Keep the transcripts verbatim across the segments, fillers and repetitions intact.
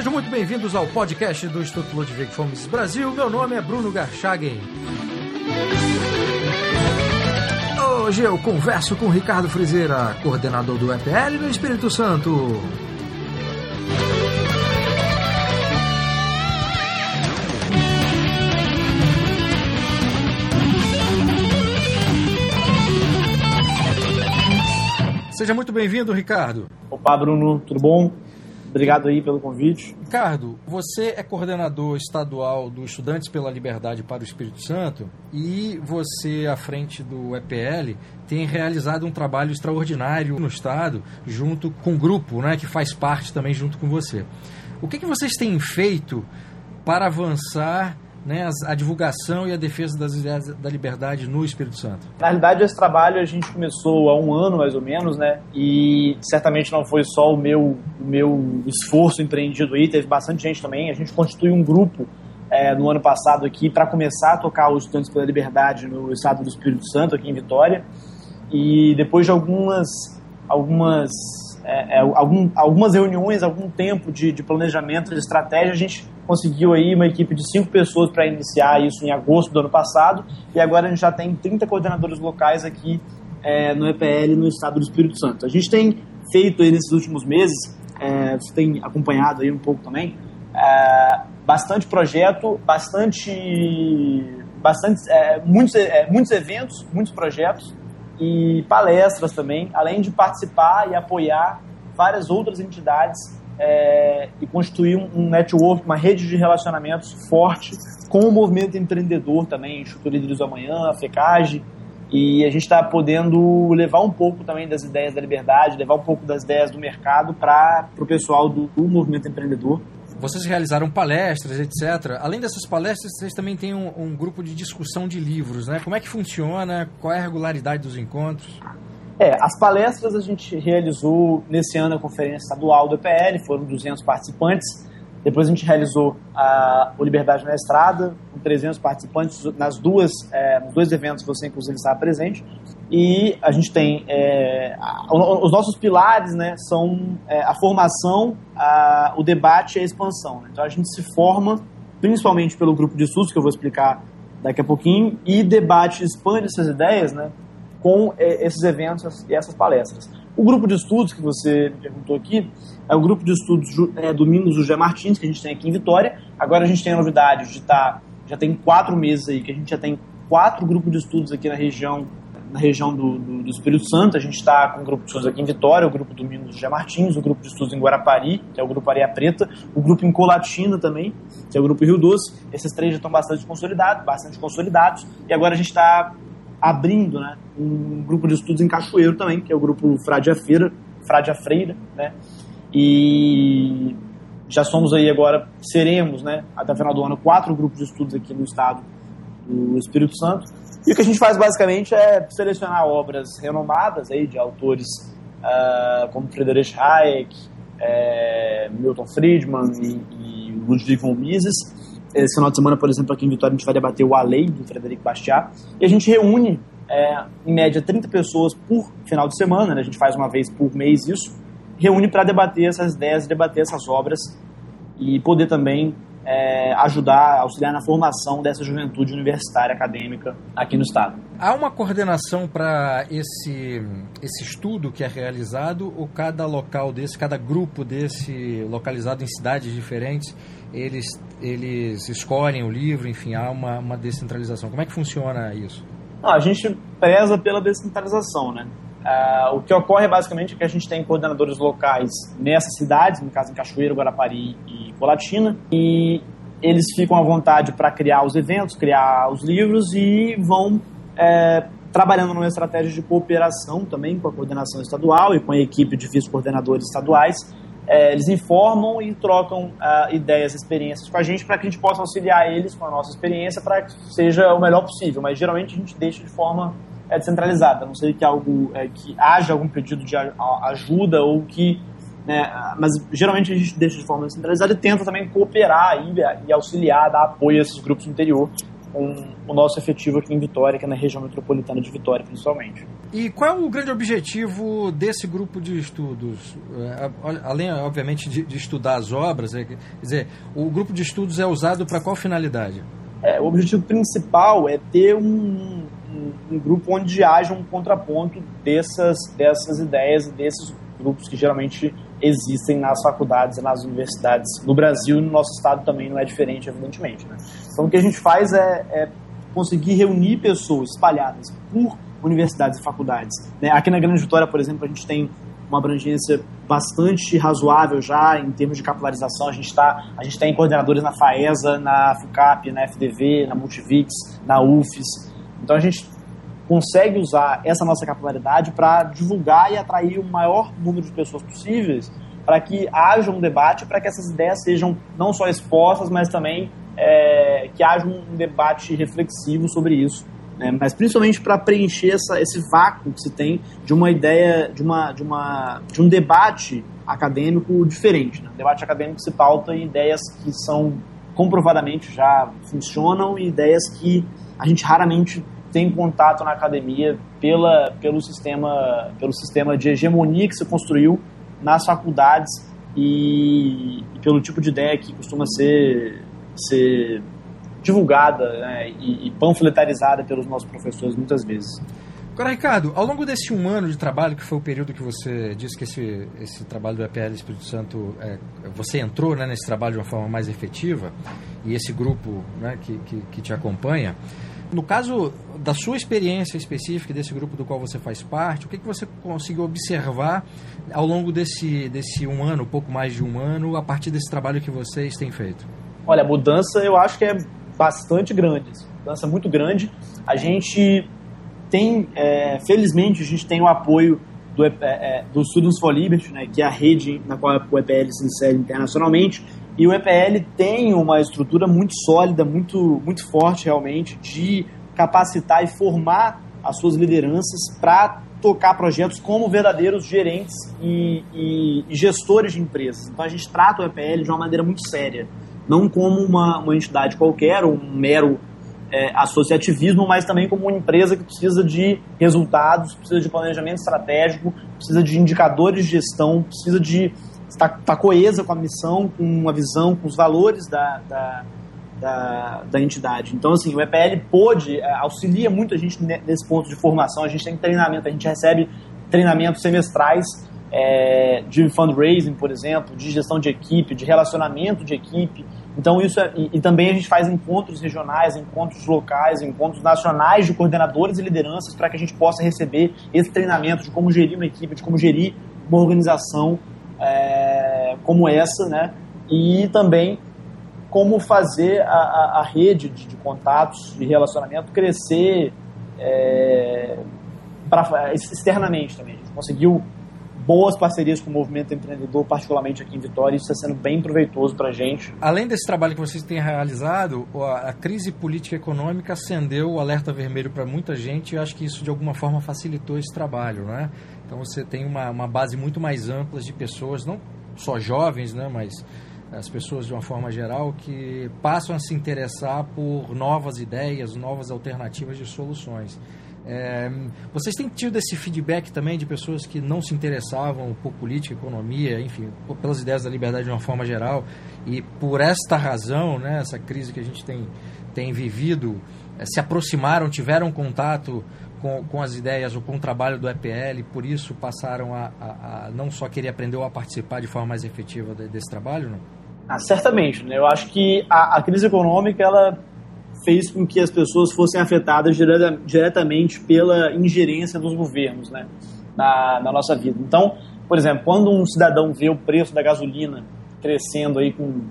Sejam muito bem-vindos ao podcast do Instituto Ludwig Fomes Brasil. Meu nome é Bruno Garchagen. Hoje eu converso com Ricardo Frizeira, coordenador do E P L no Espírito Santo. Seja muito bem-vindo, Ricardo. Opa, Bruno, tudo bom? Obrigado aí pelo convite. Ricardo, você é coordenador estadual do Estudantes pela Liberdade para o Espírito Santo e você, à frente do E P L, tem realizado um trabalho extraordinário no Estado, junto com o grupo, né, que faz parte também junto com você. O que, que vocês têm feito para avançar, né, a divulgação e a defesa das ideias da liberdade no Espírito Santo? Na realidade, esse trabalho a gente começou há um ano, mais ou menos, né? E certamente não foi só o meu, o meu esforço empreendido aí, teve bastante gente também. A gente constituiu um grupo é, no ano passado aqui para começar a tocar os Estudantes pela Liberdade no estado do Espírito Santo, aqui em Vitória. E depois de algumas, algumas, é, é, algum, algumas reuniões, algum tempo de, de planejamento, de estratégia, a gente conseguiu aí uma equipe de cinco pessoas para iniciar isso em agosto do ano passado, e agora a gente já tem trinta coordenadores locais aqui é, no E P L no estado do Espírito Santo. A gente tem feito aí nesses últimos meses, é, você tem acompanhado aí um pouco também, é, bastante projeto, bastante, bastante é, muitos, é, muitos eventos, muitos projetos e palestras também, além de participar e apoiar várias outras entidades É, e constituir um, um network, uma rede de relacionamentos forte com o movimento empreendedor também, Instituto Líderes do Amanhã, a FECAGE, e a gente está podendo levar um pouco também das ideias da liberdade, levar um pouco das ideias do mercado para o pessoal do, do movimento empreendedor. Vocês realizaram palestras, etcétera. Além dessas palestras, vocês também têm um, um grupo de discussão de livros, né? Como é que funciona? Qual é a regularidade dos encontros? É, as palestras a gente realizou nesse ano a conferência estadual do E P L, foram duzentos participantes. Depois a gente realizou a, o Liberdade na Estrada, com trezentos participantes nas duas, é, nos dois eventos que você inclusive estava presente. E a gente tem é, a, os nossos pilares, né, são é, a formação, a, o debate e a expansão. Né? Então a gente se forma principalmente pelo grupo de estudos, que eu vou explicar daqui a pouquinho, e debate e expande essas ideias, né, com esses eventos e essas palestras. O grupo de estudos que você me perguntou aqui é o grupo de estudos é, Domingos José Martins, que a gente tem aqui em Vitória. Agora a gente tem a novidade de estar, tá, já tem quatro meses aí, que a gente já tem quatro grupos de estudos aqui na região, na região do, do, do Espírito Santo. A gente está com o grupo de estudos aqui em Vitória, o grupo Domingos José Martins, o grupo de estudos em Guarapari, que é o grupo Areia Preta, o grupo em Colatina também, que é o grupo Rio Doce. Esses três já estão bastante consolidados, bastante consolidados, e agora a gente está abrindo, né, um grupo de estudos em Cachoeiro também, que é o grupo Frade a Feira, Frade a Freira, né, e já somos aí agora, seremos, né, até o final do ano, quatro grupos de estudos aqui no estado do Espírito Santo, e o que a gente faz basicamente é selecionar obras renomadas aí de autores uh, como Friedrich Hayek, é, Milton Friedman e, e Ludwig von Mises. Esse final de semana, por exemplo, aqui em Vitória, a gente vai debater o A Lei, do Frederic Bastiat, e a gente reúne, é, em média, trinta pessoas por final de semana, né? A gente faz uma vez por mês isso, reúne para debater essas ideias, debater essas obras e poder também é, ajudar, auxiliar na formação dessa juventude universitária acadêmica aqui no estado. Há uma coordenação para esse, esse estudo que é realizado, ou cada local desse, cada grupo desse localizado em cidades diferentes, eles, eles escolhem o livro, enfim, há uma, uma descentralização. Como é que funciona isso? Não, a gente preza pela descentralização, né? Uh, o que ocorre basicamente é que a gente tem coordenadores locais nessas cidades, no caso em Cachoeiro, Guarapari e Colatina, e eles ficam à vontade para criar os eventos, criar os livros e vão é, trabalhando numa estratégia de cooperação também com a coordenação estadual e com a equipe de vice-coordenadores estaduais. É, eles informam e trocam uh, ideias, experiências com a gente para que a gente possa auxiliar eles com a nossa experiência para que seja o melhor possível, mas geralmente a gente deixa de forma é, descentralizada, a não sei que, algo, é, que haja algum pedido de ajuda ou que, né, mas geralmente a gente deixa de forma descentralizada e tenta também cooperar e, e auxiliar, dar apoio a esses grupos no interior com o nosso efetivo aqui em Vitória, que é na região metropolitana de Vitória, principalmente. E qual é o grande objetivo desse grupo de estudos? Além, obviamente, de, de estudar as obras, é, quer dizer, o grupo de estudos é usado para qual finalidade? É, o objetivo principal é ter um, um, um grupo onde haja um contraponto dessas, dessas ideias e desses grupos que geralmente existem nas faculdades e nas universidades no Brasil, e no nosso estado também não é diferente, evidentemente, né? Então o que a gente faz é, é conseguir reunir pessoas espalhadas por universidades e faculdades, né? Aqui na Grande Vitória, por exemplo, a gente tem uma abrangência bastante razoável já em termos de capilarização. A gente está a gente tem coordenadores na FAESA, na FUCAP, na F D V, na Multivix, na U F E S. Então a gente consegue usar essa nossa capilaridade para divulgar e atrair o maior número de pessoas possíveis, para que haja um debate, para que essas ideias sejam não só expostas, mas também é, que haja um debate reflexivo sobre isso, né? Mas principalmente para preencher essa, esse vácuo que se tem de uma ideia, de, uma, de, uma, de um debate acadêmico diferente, né? Um debate acadêmico que se pauta em ideias que são comprovadamente já funcionam e ideias que a gente raramente tem contato na academia pela, pelo, sistema, pelo sistema de hegemonia que se construiu nas faculdades e, e pelo tipo de ideia que costuma ser, ser divulgada, né, e, e panfletarizada pelos nossos professores muitas vezes. Agora, Ricardo, ao longo desse um ano de trabalho, que foi o período que você disse que esse, esse trabalho do E P L Espírito Santo, é, você entrou, né, nesse trabalho de uma forma mais efetiva, e esse grupo, né, que, que, que te acompanha, no caso da sua experiência específica, desse grupo do qual você faz parte, o que, que você conseguiu observar ao longo desse, desse um ano, pouco mais de um ano, a partir desse trabalho que vocês têm feito? Olha, a mudança eu acho que é bastante grande, mudança muito grande. A gente tem, é, felizmente, a gente tem o apoio do, é, do Students for Liberty, né, que é a rede na qual o E P L se insere internacionalmente. E o E P L tem uma estrutura muito sólida, muito, muito forte realmente, de capacitar e formar as suas lideranças para tocar projetos como verdadeiros gerentes e, e, e gestores de empresas. Então a gente trata o E P L de uma maneira muito séria, não como uma, uma entidade qualquer, ou um mero é, associativismo, mas também como uma empresa que precisa de resultados, precisa de planejamento estratégico, precisa de indicadores de gestão, precisa de Está tá coesa com a missão, com a visão, com os valores da, da, da, da entidade. Então, assim, o E P L pôde, é, auxilia muito a gente nesse ponto de formação. A gente tem treinamento, a gente recebe treinamentos semestrais é, de fundraising, por exemplo, de gestão de equipe, de relacionamento de equipe. Então, isso é, e, e também a gente faz encontros regionais, encontros locais, encontros nacionais de coordenadores e lideranças para que a gente possa receber esse treinamento de como gerir uma equipe, de como gerir uma organização É, como essa, né? E também como fazer a, a, a rede de, de contatos, de relacionamento crescer é, pra, externamente também. A gente conseguiu boas parcerias com o movimento empreendedor, particularmente aqui em Vitória, e isso está sendo bem proveitoso para a gente. Além desse trabalho que vocês têm realizado, a crise política e econômica acendeu o alerta vermelho para muita gente, e eu acho que isso de alguma forma facilitou esse trabalho, né? Então você tem uma, uma base muito mais ampla de pessoas, não só jovens, né, mas as pessoas de uma forma geral, que passam a se interessar por novas ideias, novas alternativas de soluções. É, vocês têm tido esse feedback também de pessoas que não se interessavam por política, economia, enfim, pelas ideias da liberdade de uma forma geral, e por esta razão, né, essa crise que a gente tem, tem vivido, é, se aproximaram, tiveram contato com, com as ideias ou com o trabalho do E P L, por isso passaram a, a, a não só querer aprender ou a participar de forma mais efetiva de, desse trabalho, não? Ah, certamente, né? Eu acho que a, a crise econômica, ela fez com que as pessoas fossem afetadas direta, diretamente pela ingerência dos governos, né, na, na nossa vida. Então, por exemplo, quando um cidadão vê o preço da gasolina crescendo aí com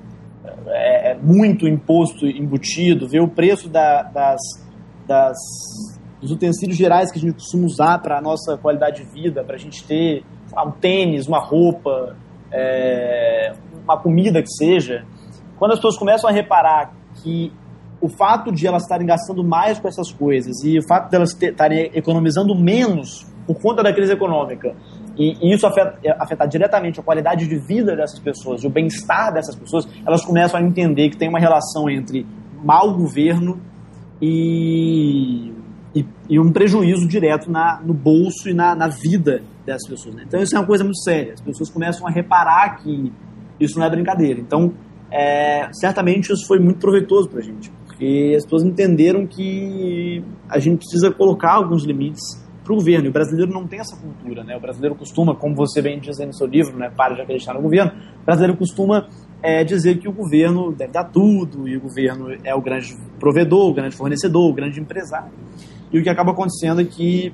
é, muito imposto embutido, vê o preço da, das, das, dos utensílios gerais que a gente costuma usar para a nossa qualidade de vida, para a gente ter um tênis, uma roupa, é, uma comida que seja, quando as pessoas começam a reparar que o fato de elas estarem gastando mais com essas coisas e o fato de elas estarem economizando menos por conta da crise econômica, e, e isso afeta, afetar diretamente a qualidade de vida dessas pessoas e o bem-estar dessas pessoas, elas começam a entender que tem uma relação entre mau governo e, e, e um prejuízo direto na, no bolso e na, na vida dessas pessoas, né? Então isso é uma coisa muito séria. As pessoas começam a reparar que isso não é brincadeira. Então, é, certamente isso foi muito proveitoso para a gente, porque as pessoas entenderam que a gente precisa colocar alguns limites para o governo. E o brasileiro não tem essa cultura, né? O brasileiro costuma, como você bem diz aí no seu livro, né, para de acreditar no governo, o brasileiro costuma é, dizer que o governo deve dar tudo, e o governo é o grande provedor, o grande fornecedor, o grande empresário. E o que acaba acontecendo é que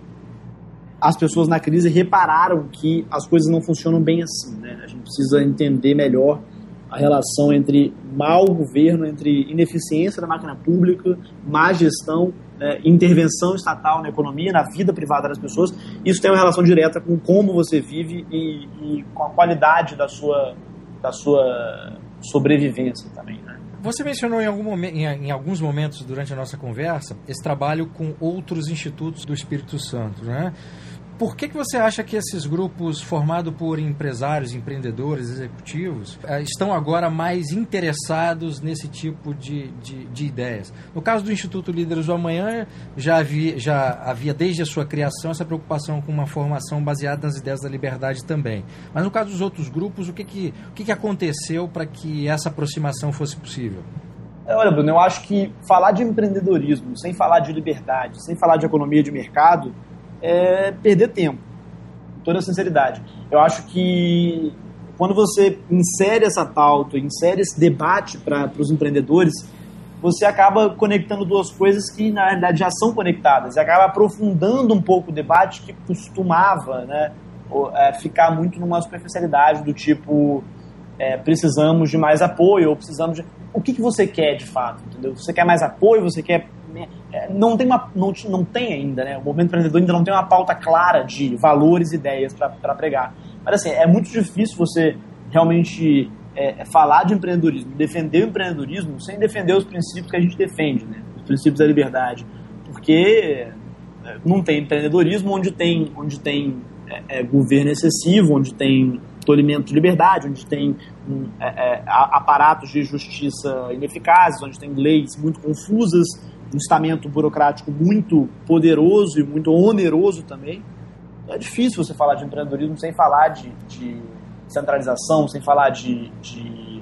as pessoas na crise repararam que as coisas não funcionam bem assim, né? A gente precisa entender melhor a relação entre mau governo, entre ineficiência da máquina pública, má gestão, né, intervenção estatal na economia, na vida privada das pessoas. Isso tem uma relação direta com como você vive e, e com a qualidade da sua, da sua sobrevivência também, né? Você mencionou em, algum momen- em, em alguns momentos durante a nossa conversa esse trabalho com outros institutos do Espírito Santo, né? Por que, que você acha que esses grupos formados por empresários, empreendedores, executivos, estão agora mais interessados nesse tipo de, de, de ideias? No caso do Instituto Líderes do Amanhã, já havia, já havia desde a sua criação essa preocupação com uma formação baseada nas ideias da liberdade também. Mas no caso dos outros grupos, o que, que, o que, que aconteceu para que essa aproximação fosse possível? Olha, Bruno, eu acho que falar de empreendedorismo, sem falar de liberdade, sem falar de economia de mercado, é perder tempo, com toda a sinceridade. Eu acho que quando você insere essa pauta, insere esse debate para os empreendedores, você acaba conectando duas coisas que na realidade já são conectadas, e acaba aprofundando um pouco o debate que costumava, né, ficar muito numa superficialidade do tipo é, precisamos de mais apoio, ou precisamos de... O que, que você quer de fato, entendeu? Você quer mais apoio, você quer... Não tem, uma, não, não tem ainda, né? O movimento empreendedor ainda não tem uma pauta clara de valores e ideias para pregar. Mas assim, é muito difícil você realmente é, falar de empreendedorismo, defender o empreendedorismo sem defender os princípios que a gente defende, né? Os princípios da liberdade. Porque não tem empreendedorismo onde tem, onde tem é, é, governo excessivo, onde tem tolimento de liberdade, onde tem um, é, é, aparatos de justiça ineficazes, onde tem leis muito confusas, um estamento burocrático muito poderoso e muito oneroso também. É difícil você falar de empreendedorismo sem falar de, de centralização, sem falar de, de,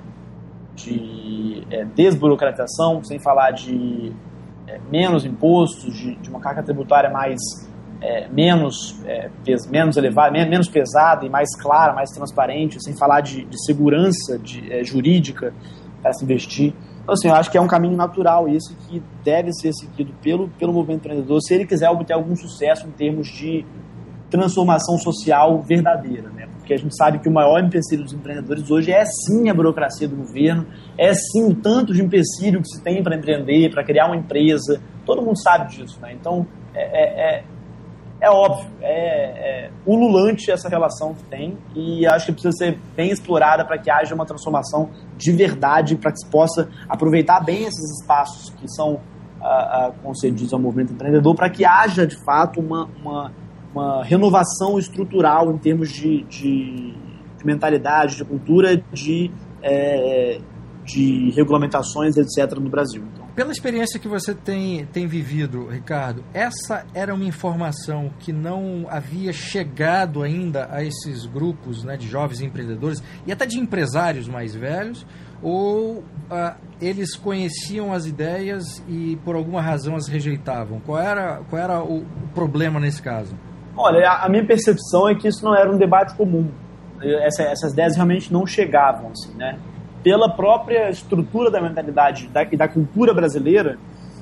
de é, desburocratização, sem falar de é, menos impostos, de, de uma carga tributária mais é, menos, é, pes, menos elevada, menos pesada e mais clara, mais transparente, sem falar de, de segurança de, é, jurídica para se investir. Então, assim, eu acho que é um caminho natural isso que deve ser seguido pelo, pelo movimento empreendedor se ele quiser obter algum sucesso em termos de transformação social verdadeira, né? Porque a gente sabe que o maior empecilho dos empreendedores hoje é sim a burocracia do governo, é sim o tanto de empecilho que se tem para empreender, para criar uma empresa, todo mundo sabe disso, né? Então, é, é, é óbvio, é, é ululante essa relação que tem e acho que precisa ser bem explorada para que haja uma transformação de verdade, para que se possa aproveitar bem esses espaços que são ah, ah, concedidos ao movimento empreendedor, para que haja de fato uma, uma, uma renovação estrutural em termos de, de, de mentalidade, de cultura, de, é, de regulamentações, etcétera no Brasil. Então, pela experiência que você tem, tem vivido, Ricardo, essa era uma informação que não havia chegado ainda a esses grupos, né, de jovens empreendedores e até de empresários mais velhos, ou ah, eles conheciam as ideias e por alguma razão as rejeitavam? Qual era, qual era o, o problema nesse caso? Olha, a, a minha percepção é que isso não era um debate comum. Essa, essas ideias realmente não chegavam, assim, né? Pela própria estrutura da mentalidade da, e da cultura brasileira,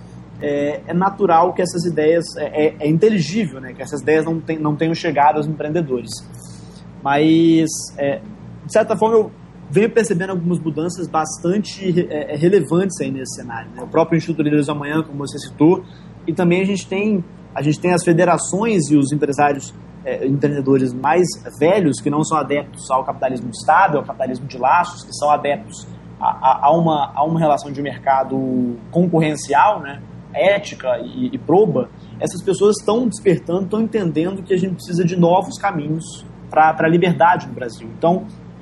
é, é natural que essas ideias, é, é, é inteligível, né, que essas ideias não, tem, não tenham chegado aos empreendedores. Mas, é, de certa forma, eu venho percebendo algumas mudanças bastante é, relevantes aí nesse cenário, né? O próprio Instituto Líderes do Amanhã, como você citou, e também a gente tem, a gente tem as federações e os empresários É, empreendedores mais velhos, que não são adeptos ao capitalismo de Estado, ao capitalismo de laços, que são adeptos a, a, a, uma, a uma relação de mercado concorrencial, né, ética e, e proba. Essas pessoas estão despertando, estão entendendo que a gente precisa de novos caminhos para a liberdade no Brasil. Então,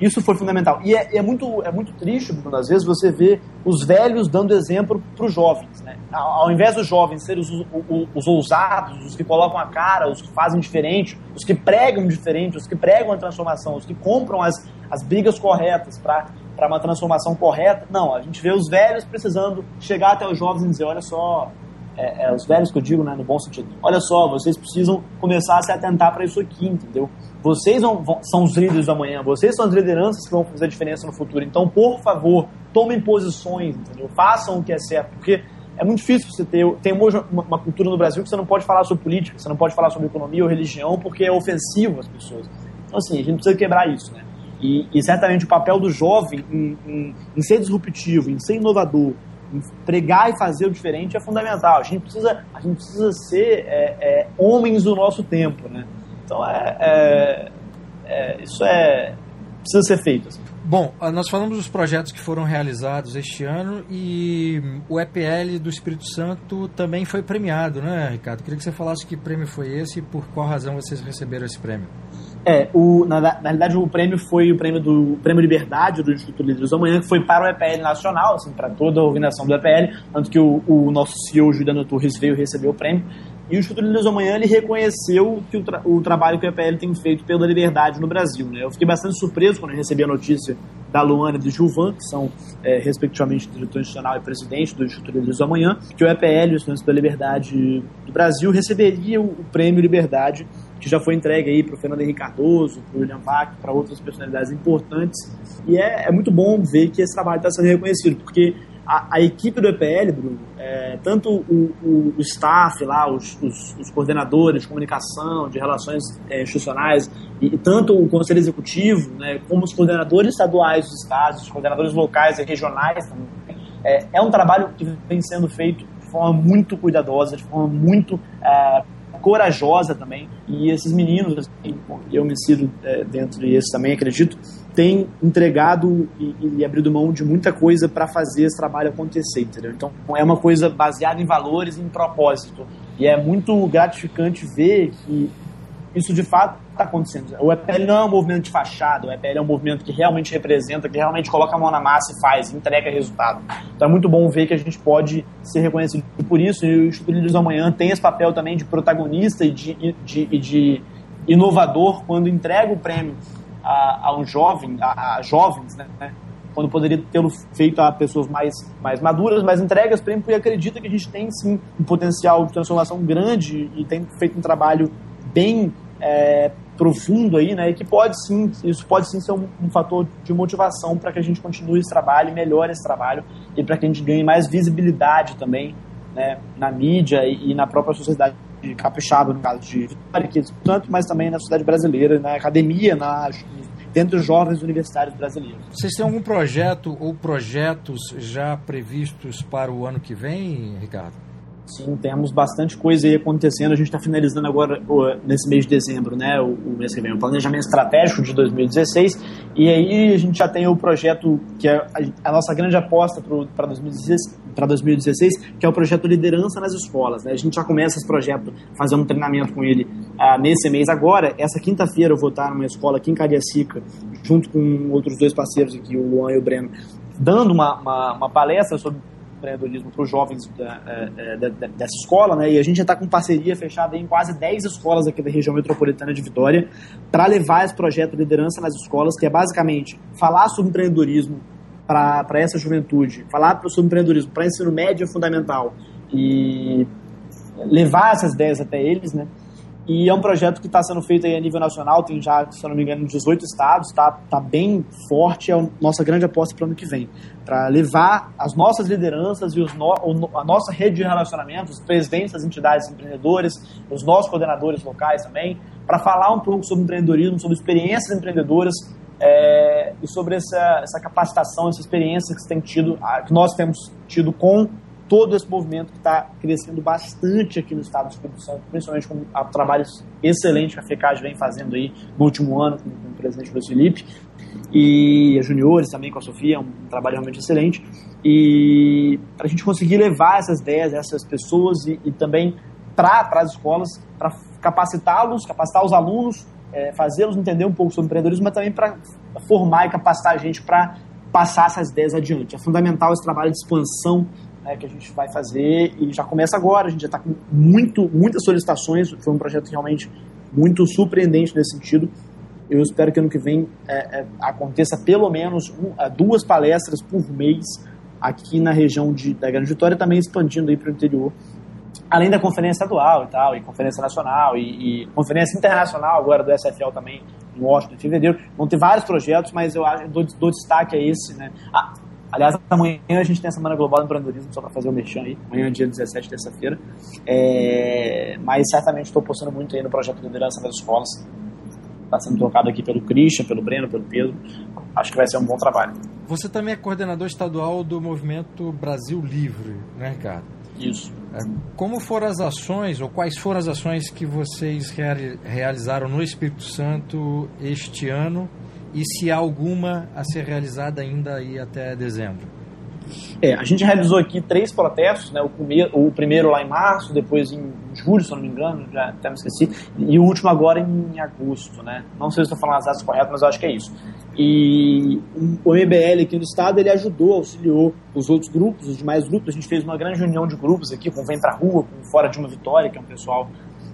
Isso foi fundamental. E é, é, muito, é muito triste, Bruno, às vezes você vê os velhos dando exemplo para os jovens, né? Ao, ao invés dos jovens serem os, os, os ousados, os que colocam a cara, os que fazem diferente, os que pregam diferente, os que pregam a transformação, os que compram as, as brigas corretas para para uma transformação correta. Não, a gente vê os velhos precisando chegar até os jovens e dizer, olha só, é, é, os velhos que eu digo, né, no bom sentido, olha só, vocês precisam começar a se atentar para isso aqui, entendeu? Vocês vão, vão, são os líderes do amanhã, vocês são as lideranças que vão fazer a diferença no futuro. Então, por favor, tomem posições, entendeu? Façam o que é certo, porque é muito difícil você ter... Tem uma, uma cultura no Brasil que você não pode falar sobre política, você não pode falar sobre economia ou religião, porque é ofensivo às pessoas. Então, assim, a gente precisa quebrar isso, né? E, e certamente o papel do jovem em, em, em ser disruptivo, em ser inovador, em pregar e fazer o diferente é fundamental. A gente precisa, a gente precisa ser é, é, homens do nosso tempo, né? Então, é, é, é, isso é, precisa ser feito. Assim. Bom, nós falamos dos projetos que foram realizados este ano e o E P L do Espírito Santo também foi premiado, né, Ricardo? Queria que você falasse que prêmio foi esse e por qual razão vocês receberam esse prêmio. É, o, na, na realidade o prêmio foi o prêmio do Prêmio Liberdade do Instituto Líderes do Amanhã, que foi para o E P L nacional, assim, para toda a organização do E P L, tanto que o, o nosso C E O, Juliano Torres, veio receber o prêmio. E o Instituto Líderes do Amanhã, ele reconheceu que o, tra- o trabalho que o E P L tem feito pela liberdade no Brasil, né? Eu fiquei bastante surpreso quando eu recebi a notícia da Luana e do Gilvan, que são, é, respectivamente, diretor institucional e presidente do Instituto Líderes do Amanhã, que o E P L, o Estudantes pela Liberdade do Brasil, receberia o, o Prêmio Liberdade, que já foi entregue aí para o Fernando Henrique Cardoso, para o William Vac, para outras personalidades importantes. E é, é muito bom ver que esse trabalho está sendo reconhecido, porque a, a equipe do E P L, Bruno, é, tanto o, o, o staff lá, os, os, os coordenadores de comunicação, de relações é, institucionais, e, e tanto o conselho executivo, né, como os coordenadores estaduais dos estados, os coordenadores locais e regionais também, é, é um trabalho que vem sendo feito de forma muito cuidadosa, de forma muito é, corajosa também, e esses meninos, assim, eu me sinto é, dentro desses também, acredito, têm entregado e, e abrido mão de muita coisa para fazer esse trabalho acontecer, entendeu? Então é uma coisa baseada em valores e em propósito, e é muito gratificante ver que isso de fato está acontecendo. O E P L não é um movimento de fachada, o E P L é um movimento que realmente representa, que realmente coloca a mão na massa e faz, entrega resultado. Então é muito bom ver que a gente pode ser reconhecido por isso, e o Instituto Líderes do Amanhã tem esse papel também de protagonista e de, de, de, de inovador quando entrega o prêmio a, a um jovem, a, a jovens, né? Quando poderia tê-lo feito a pessoas mais, mais maduras, mas entrega esse prêmio porque acredita que a gente tem sim um potencial de transformação grande e tem feito um trabalho bem é, profundo aí, né, e que pode sim, isso pode sim ser um, um fator de motivação para que a gente continue esse trabalho, melhore esse trabalho e para que a gente ganhe mais visibilidade também, né, na mídia e, e na própria sociedade capixaba, no caso de Vitória, que tanto, mas também na sociedade brasileira, na academia, na, dentro dos jovens universitários brasileiros. Vocês têm algum projeto ou projetos já previstos para o ano que vem, Ricardo? Sim, temos bastante coisa aí acontecendo. A gente está finalizando agora, nesse mês de dezembro, né, o, o mês que vem, o planejamento estratégico de dois mil e dezesseis, e aí a gente já tem o projeto que é a, a nossa grande aposta para dois mil e dezesseis, que é o projeto Liderança nas Escolas, né? A gente já começa esse projeto fazendo um treinamento com ele ah, nesse mês agora. Essa quinta-feira eu vou estar numa escola aqui em Cariacica, junto com outros dois parceiros aqui, o Luan e o Breno, dando uma, uma, uma palestra sobre empreendedorismo para os jovens da, da, da, dessa escola, né? E a gente já está com parceria fechada em quase dez escolas aqui da região metropolitana de Vitória para levar esse projeto Liderança nas Escolas, que é basicamente falar sobre empreendedorismo para essa juventude, falar sobre empreendedorismo para ensino médio e fundamental e levar essas ideias até eles, né? E é um projeto que está sendo feito aí a nível nacional, tem já, se eu não me engano, dezoito estados, está tá bem forte, é a nossa grande aposta para o ano que vem, para levar as nossas lideranças e os no, a nossa rede de relacionamentos, os presidentes das entidades empreendedoras, os nossos coordenadores locais também, para falar um pouco sobre empreendedorismo, sobre experiências empreendedoras é, e sobre essa, essa capacitação, essa experiência que, tem tido, que nós temos tido com todo esse movimento que está crescendo bastante aqui no estado do Espírito Santo, principalmente com trabalhos excelentes que a FECAD vem fazendo aí no último ano com, com o presidente Luiz Felipe e as juniores também com a Sofia, é um trabalho realmente excelente, e para a gente conseguir levar essas ideias, essas pessoas e, e também para as escolas, para capacitá-los, capacitar os alunos é, fazê-los entender um pouco sobre empreendedorismo, mas também para formar e capacitar a gente para passar essas ideias adiante. É fundamental esse trabalho de expansão, né, que a gente vai fazer e já começa agora. A gente já está com muito, muitas solicitações. Foi um projeto realmente muito surpreendente nesse sentido. Eu espero que ano que vem é, é, aconteça pelo menos um, duas palestras por mês aqui na região de, da Grande Vitória, também expandindo aí para o interior, além da conferência estadual e tal, e conferência nacional, e, e conferência internacional agora do S F L também, em Washington, em fevereiro. Vão ter vários projetos, mas eu acho, dou, dou destaque a esse, né? Ah, aliás, amanhã a gente tem a Semana Global do Empreendedorismo, só para fazer o merchan aí, amanhã é dia dezessete, terça-feira, é, mas certamente estou postando muito aí no projeto de liderança das escolas. Está sendo tocado aqui pelo Christian, pelo Breno, pelo Pedro. Acho que vai ser um bom trabalho. Você também é coordenador estadual do movimento Brasil Livre, né, Ricardo? Isso. Como foram as ações, ou quais foram as ações que vocês realizaram no Espírito Santo este ano, e se há alguma a ser realizada ainda aí até dezembro? É, a gente realizou aqui três protestos, né? o, primeiro, o primeiro lá em março, depois em julho, se eu não me engano, já até me esqueci, e o último agora em agosto, né? Não sei se estou falando as datas corretas, mas eu acho que é isso. E o M B L aqui no estado, ele ajudou, auxiliou os outros grupos, os demais grupos. A gente fez uma grande união de grupos aqui, com Vem Pra Rua, com Fora de uma Vitória, que é um pessoal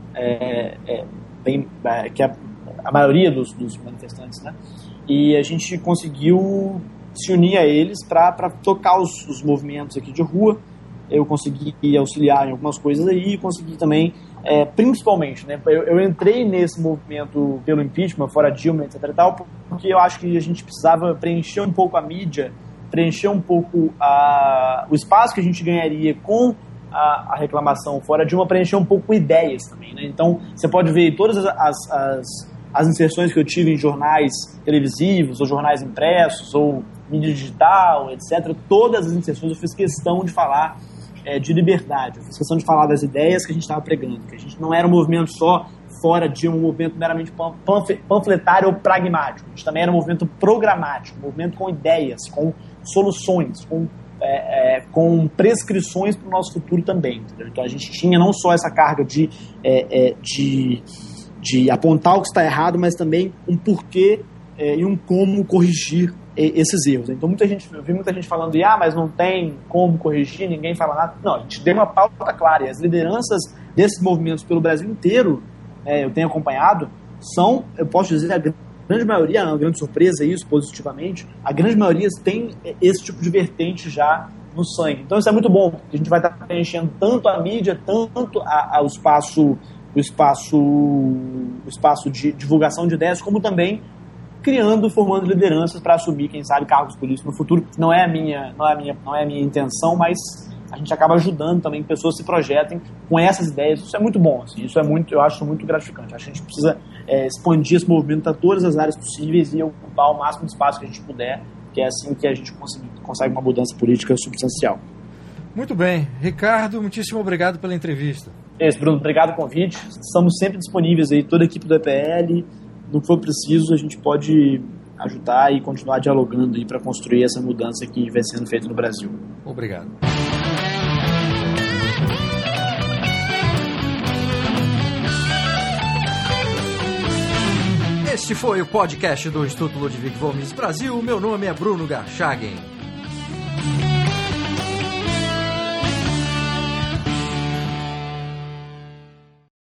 é, é, bem, é, que é a maioria dos, dos manifestantes, né? E a gente conseguiu se unir a eles para tocar os, os movimentos aqui de rua. Eu consegui auxiliar em algumas coisas aí e consegui também, é, principalmente, né, eu, eu entrei nesse movimento pelo impeachment, fora Dilma, etc e tal, porque eu acho que a gente precisava preencher um pouco a mídia, preencher um pouco a, o espaço que a gente ganharia com a, a reclamação fora Dilma, preencher um pouco ideias também, né? Então, você pode ver todas as, as, as, as inserções que eu tive em jornais televisivos, ou jornais impressos, ou mídia digital, etcétera. Todas as inserções eu fiz questão de falar é, de liberdade, eu fiz questão de falar das ideias que a gente estava pregando, que a gente não era um movimento só fora de um movimento meramente panfletário ou pragmático, a gente também era um movimento programático, um movimento com ideias, com soluções, com, é, é, com prescrições para o nosso futuro também, entendeu? Então a gente tinha não só essa carga de, é, é, de, de apontar o que está errado, mas também um porquê é, e um como corrigir esses erros. Então muita gente, eu vi muita gente falando de, ah, mas não tem como corrigir, ninguém fala nada. Não, a gente deu uma pauta clara, e as lideranças desses movimentos pelo Brasil inteiro, é, eu tenho acompanhado, são, eu posso dizer, a grande maioria, uma grande surpresa isso, positivamente, a grande maioria tem esse tipo de vertente já no sangue. Então isso é muito bom, porque a gente vai estar preenchendo tanto a mídia, tanto a, a, o espaço, o espaço, o espaço de divulgação de ideias, como também criando, formando lideranças para assumir, quem sabe, cargos políticos no futuro. Não é a minha, não é a minha, não é a minha intenção, mas a gente acaba ajudando também que pessoas se projetem com essas ideias. Isso é muito bom, assim, isso é muito, eu acho muito gratificante. Acho que a gente precisa é, expandir esse movimento para todas as áreas possíveis e ocupar o máximo de espaço que a gente puder, que é assim que a gente consegue, consegue uma mudança política substancial. Muito bem. Ricardo, muitíssimo obrigado pela entrevista. É isso, Bruno, obrigado pelo convite. Estamos sempre disponíveis aí, toda a equipe do E P L. No que for preciso, a gente pode ajudar e continuar dialogando aí para construir essa mudança que vai sendo feita no Brasil. Obrigado. Este foi o podcast do Instituto Ludwig von Mises Brasil. Meu nome é Bruno Garchagen.